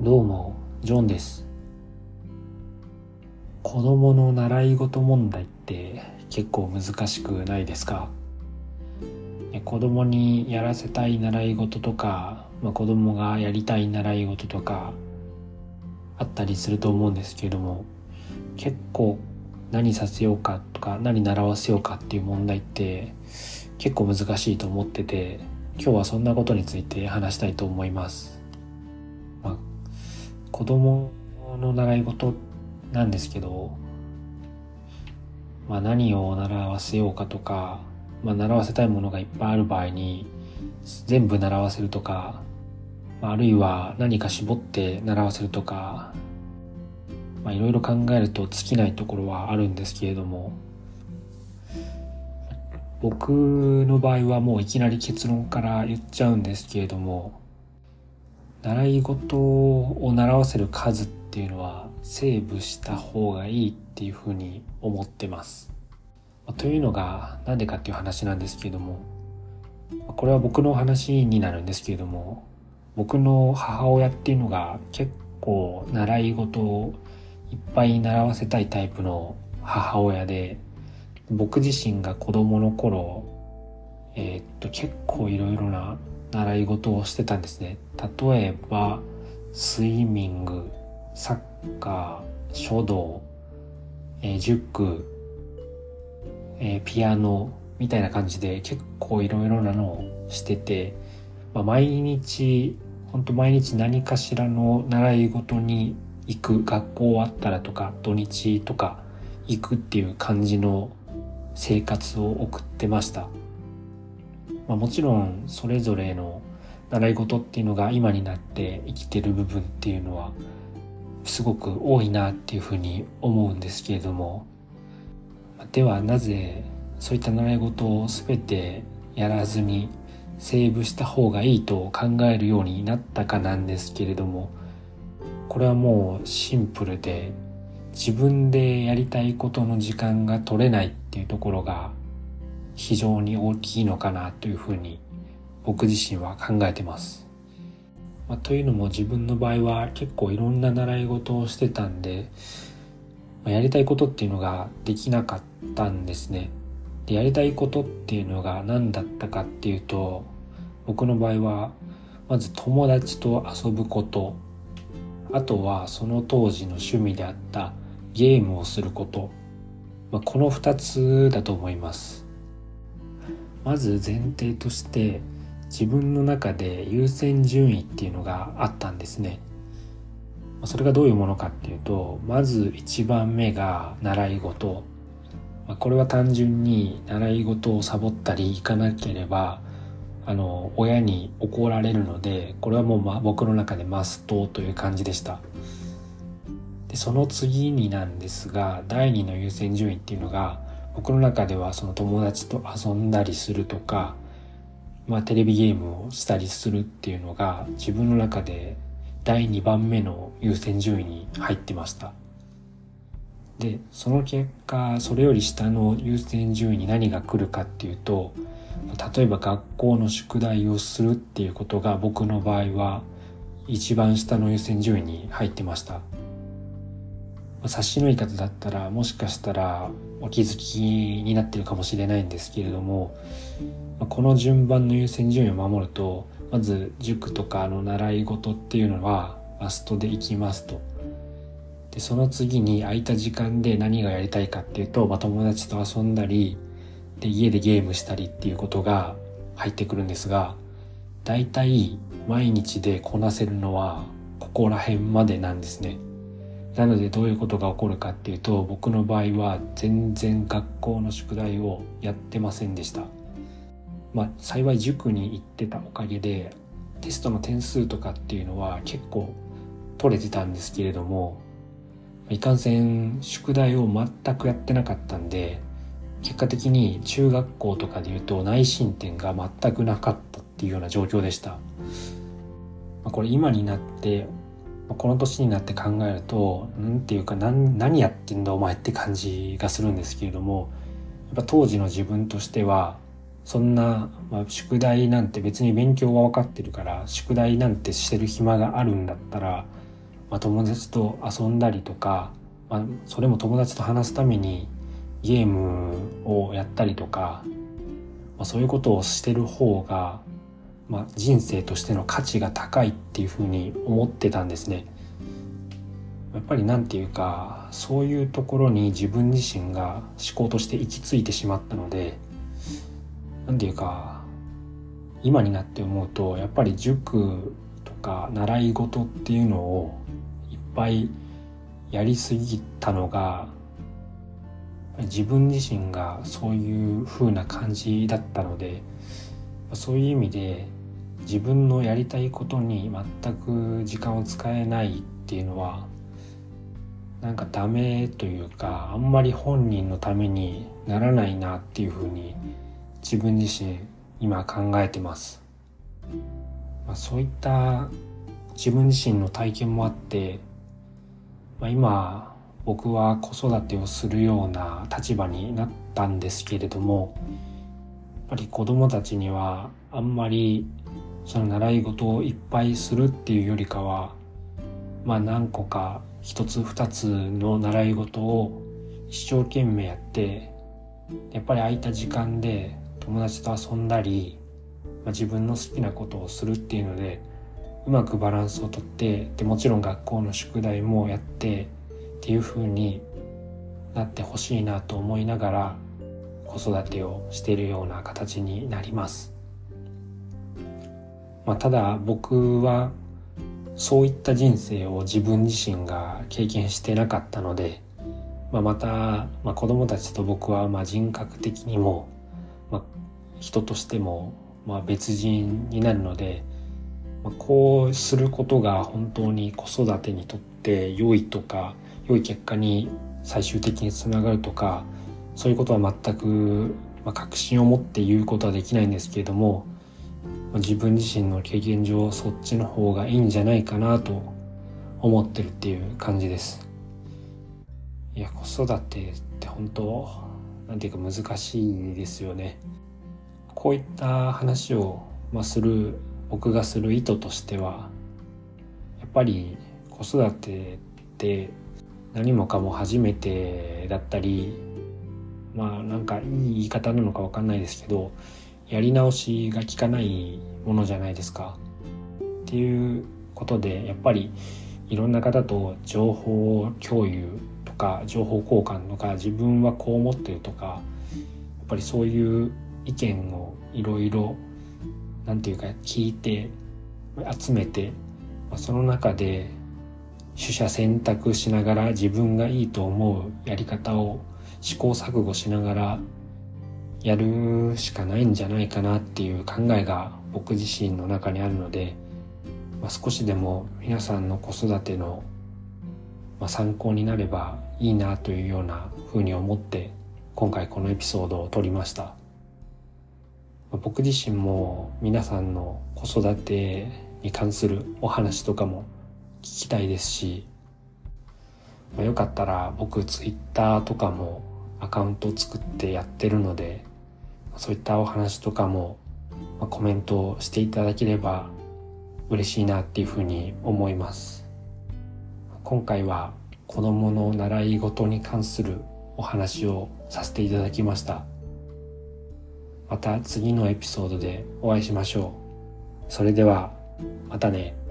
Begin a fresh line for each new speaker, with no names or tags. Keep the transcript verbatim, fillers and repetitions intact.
どうも、ジョンです。子供の習い事問題って結構難しくないですか？子供にやらせたい習い事とか、まあ、子供がやりたい習い事とかあったりすると思うんですけれども、結構何させようかとか何習わせようかっていう問題って結構難しいと思ってて、今日はそんなことについて話したいと思います。まあ、子供の習い事なんですけど、まあ、何を習わせようかとか、まあ、習わせたいものがいっぱいある場合に全部習わせるとか、まあ、あるいは何か絞って習わせるとか、まあ、いろいろ考えると尽きないところはあるんですけれども、僕の場合はもういきなり結論から言っちゃうんですけれども、習い事を習わせる数っていうのはセーブした方がいいっていうふうに思ってます。というのがなんでかっていう話なんですけれども、これは僕の話になるんですけれども、僕の母親っていうのが結構習い事をいっぱい習わせたいタイプの母親で、僕自身が子供の頃、えー、っと結構いろいろな習い事をしてたんですね。例えばスイミング、サッカー、書道、えー、塾、えー、ピアノみたいな感じで結構いろいろなのをしてて、まあ、毎日本当毎日何かしらの習い事に行く、学校終わったらとか土日とか行くっていう感じの生活を送ってました。まあ、もちろんそれぞれの習い事っていうのが今になって生きてる部分っていうのはすごく多いなっていうふうに思うんですけれども、ではなぜそういった習い事を全てやらずにセーブした方がいいと考えるようになったかなんですけれども、これはもうシンプルで、自分でやりたいことの時間が取れないっていうところが非常に大きいのかなというふうに僕自身は考えてます。まあ、というのも自分の場合は結構いろんな習い事をしてたんで、まあ、やりたいことっていうのができなかったんですね。で、やりたいことっていうのが何だったかっていうと、僕の場合はまず友達と遊ぶこと、あとはその当時の趣味であったゲームをすること、まあ、このふたつだと思います。まず前提として自分の中で優先順位っていうのがあったんですね。それがどういうものかっていうと、まずいちばんめが習い事。これは単純に習い事をサボったり行かなければあの親に怒られるので、これはもう、ま、僕の中でマストという感じでした。で、その次になんですが、だいにの優先順位っていうのが、僕の中ではその友達と遊んだりするとか、まあ、テレビゲームをしたりするっていうのが自分の中でだいにばんめの優先順位に入ってました。で、その結果それより下の優先順位に何が来るかっていうと、例えば学校の宿題をするっていうことが僕の場合は一番下の優先順位に入ってました。察しのいい方だったらもしかしたらお気づきになっているかもしれないんですけれども、この順番の優先順位を守ると、まず塾とかの習い事っていうのはマストで行きますと。で、その次に空いた時間で何がやりたいかっていうと、まあ、友達と遊んだりで家でゲームしたりっていうことが入ってくるんですが、だいたい毎日でこなせるのはここら辺までなんですね。なのでどういうことが起こるかっていうと、僕の場合は全然学校の宿題をやってませんでした。まあ幸い塾に行ってたおかげでテストの点数とかっていうのは結構取れてたんですけれども、いかんせん宿題を全くやってなかったんで、結果的に中学校とかでいうと内申点が全くなかったっていうような状況でした。これ今になってこの年になって考えると、なんていうか何、何やってんだお前って感じがするんですけれども、やっぱ当時の自分としてはそんな、まあ、宿題なんて別に勉強は分かってるから宿題なんてしてる暇があるんだったらまあ、友達と遊んだりとか、まあ、それも友達と話すためにゲームをやったりとか、まあ、そういうことをしてる方が、まあ、人生としての価値が高いっていうふうに思ってたんですね。やっぱりなんていうか、そういうところに自分自身が思考として行き着いてしまったので、なんていうか今になって思うと、やっぱり塾とか習い事っていうのをいっぱいやりすぎたのが、自分自身がそういう風な感じだったので、そういう意味で自分のやりたいことに全く時間を使えないっていうのはなんかダメというか、あんまり本人のためにならないなっていう風に自分自身今考えてます。まあ、そういった自分自身の体験もあって、まあ、今僕は子育てをするような立場になったんですけれども、やっぱり子供たちにはあんまりその習い事をいっぱいするっていうよりかは、まあ何個か一つ二つの習い事を一生懸命やって、やっぱり空いた時間で友達と遊んだり、まあ、自分の好きなことをするっていうのでうまくバランスをとって、でもちろん学校の宿題もやってっていう風になってほしいなと思いながら子育てをしているような形になります。まあ、ただ僕はそういった人生を自分自身が経験してなかったので、まあ、また、まあ、子供たちと僕はまあ人格的にも、まあ、人としてもまあ別人になるので、まあ、こうすることが本当に子育てにとって良いとか良い結果に最終的につながるとか、そういうことは全く、まあ、確信を持って言うことはできないんですけれども、まあ、自分自身の経験上そっちの方がいいんじゃないかなと思ってるっていう感じです。いや、子育てって本当なんていうか難しいですよね。こういった話を、まあ、する僕がする意図としては、やっぱり子育てって何もかも初めてだったり、まあなんかいい言い方なのか分かんないですけど、やり直しが効かないものじゃないですか。っていうことで、やっぱりいろんな方と情報共有とか情報交換とか、自分はこう思ってるとか、やっぱりそういう意見をいろいろなんていうか聞いて集めて、その中で取捨選択しながら自分がいいと思うやり方を試行錯誤しながらやるしかないんじゃないかなっていう考えが僕自身の中にあるので、まあ、少しでも皆さんの子育ての、まあ、参考になればいいなというようなふうに思って今回このエピソードを撮りました。まあ、僕自身も皆さんの子育てに関するお話とかも聞きたいですし、まあ、よかったら僕ツイッターとかもアカウントを作ってやってるので、そういったお話とかも、まあ、コメントしていただければ嬉しいなっていうふうに思います。今回は子どもの習い事に関するお話をさせていただきました。また次のエピソードでお会いしましょう。それではまたね。